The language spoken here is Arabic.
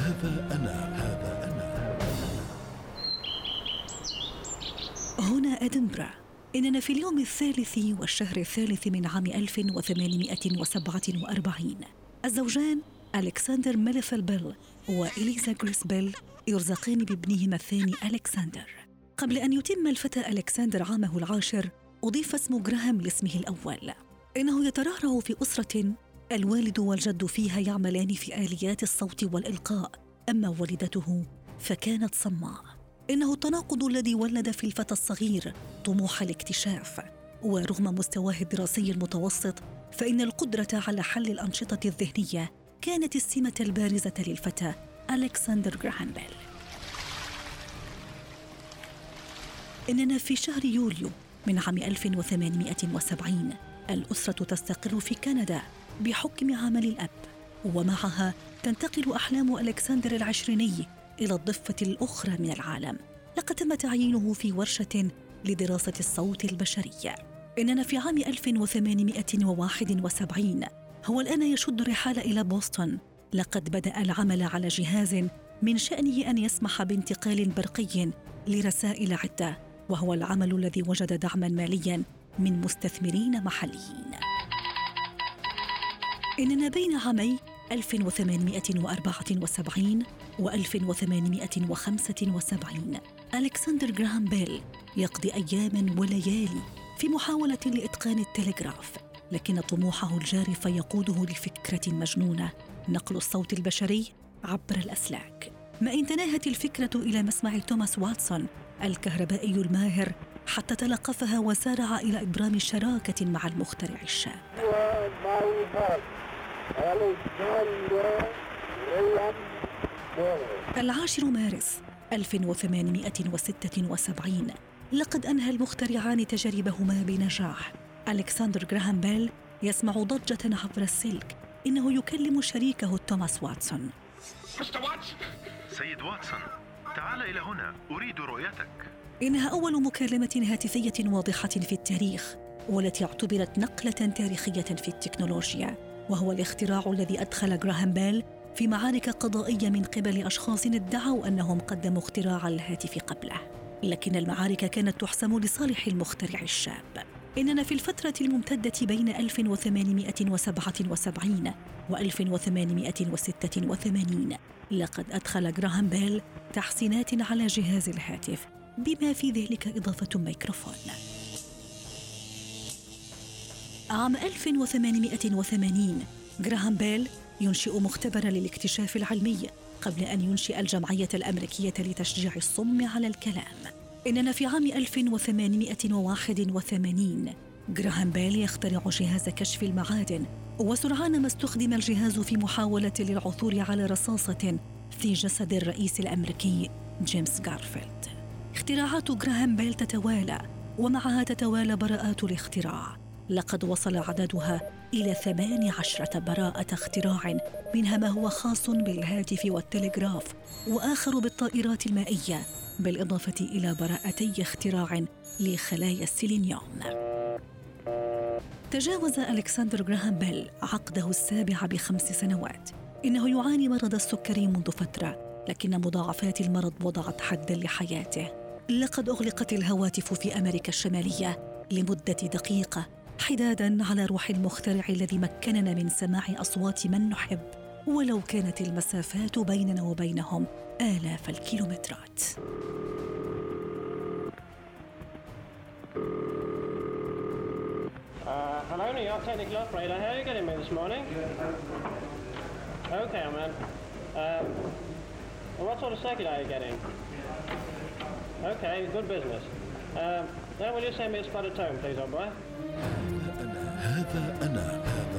هذا أنا. هنا أدنبرا. إننا في اليوم 3 والشهر 3 من عام 1847. الزوجان ألكسندر ميليفيل بيل وإليزا غريس بيل يرزقان بابنهما الثاني ألكسندر. قبل أن يتم الفتى ألكسندر عامه 10 أضيف اسم غراهام لاسمه الأول. إنه يترعرع في أسرة الوالد والجد فيها يعملان في آليات الصوت والإلقاء، أما والدته فكانت صماء. إنه التناقض الذي ولد في الفتى الصغير طموح الاكتشاف، ورغم مستواه الدراسي المتوسط فإن القدرة على حل الأنشطة الذهنية كانت السمة البارزة للفتى ألكسندر غراهام بيل. إننا في شهر يوليو من عام 1870 الأسرة تستقر في كندا بحكم عمل الأب، ومعها تنتقل أحلام ألكسندر العشريني إلى الضفة الأخرى من العالم. لقد تم تعيينه في ورشة لدراسة الصوت البشري. إننا في عام 1871 هو الآن يشد الرحال إلى بوسطن. لقد بدأ العمل على جهاز من شأنه أن يسمح بانتقال برقي لرسائل عدة، وهو العمل الذي وجد دعما ماليا من مستثمرين محليين. إننا بين عامي 1874 و 1875 ألكسندر غراهام بيل يقضي أياماً وليالي في محاولة لإتقان التلغراف، لكن طموحه الجارف يقوده لفكرة مجنونة: نقل الصوت البشري عبر الأسلاك. ما إن تناهت الفكرة إلى مسمع توماس واتسون الكهربائي الماهر حتى تلقفها وسارع إلى إبرام شراكة مع المخترع الشاب. 10 مارس 1876 لقد أنهى المخترعان تجاربهما بنجاح. ألكسندر غراهام بيل يسمع ضجة عبر السلك. إنه يكلم شريكه توماس واتسون. سيد واتسون، تعال إلى هنا، أريد رؤيتك. إنها أول مكالمة هاتفية واضحة في التاريخ، والتي اعتبرت نقلة تاريخية في التكنولوجيا، وهو الاختراع الذي أدخل غراهام بيل في معارك قضائية من قبل أشخاص ادعوا أنهم قدموا اختراع الهاتف قبله، لكن المعارك كانت تحسم لصالح المخترع الشاب. إننا في الفترة الممتدة بين 1877 و 1886 لقد أدخل غراهام بيل تحسينات على جهاز الهاتف، بما في ذلك إضافة ميكروفون. عام 1880 غراهام بيل ينشئ مختبرا للاكتشاف العلمي قبل أن ينشئ الجمعية الأمريكية لتشجيع الصم على الكلام. إننا في عام 1881 غراهام بيل يخترع جهاز كشف المعادن، وسرعان ما استخدم الجهاز في محاولة للعثور على رصاصة في جسد الرئيس الأمريكي جيمس غارفيلد. اختراعات غراهام بيل تتوالى، ومعها تتوالى براءات الاختراع. لقد وصل عددها إلى 18 براءة اختراع، منها ما هو خاص بالهاتف والتلغراف، وآخر بالطائرات المائية، بالإضافة إلى براءتي اختراع لخلايا السيلينيوم. تجاوز ألكسندر غراهام بيل عقده السابع ب5 سنوات. إنه يعاني مرض السكري منذ فترة، لكن مضاعفات المرض وضعت حداً لحياته. لقد أغلقت الهواتف في أمريكا الشمالية لمدة دقيقة، حداداً على روح المخترع الذي مكننا من سماع أصوات من نحب، ولو كانت المسافات بيننا وبينهم آلاف الكيلومترات. Hello, New York Technical Operator. How are you getting me this morning? Okay, man. What sort of circuit are you getting? Okay, good business. Then will you send me a spotted tone, please, old boy? هذا أنا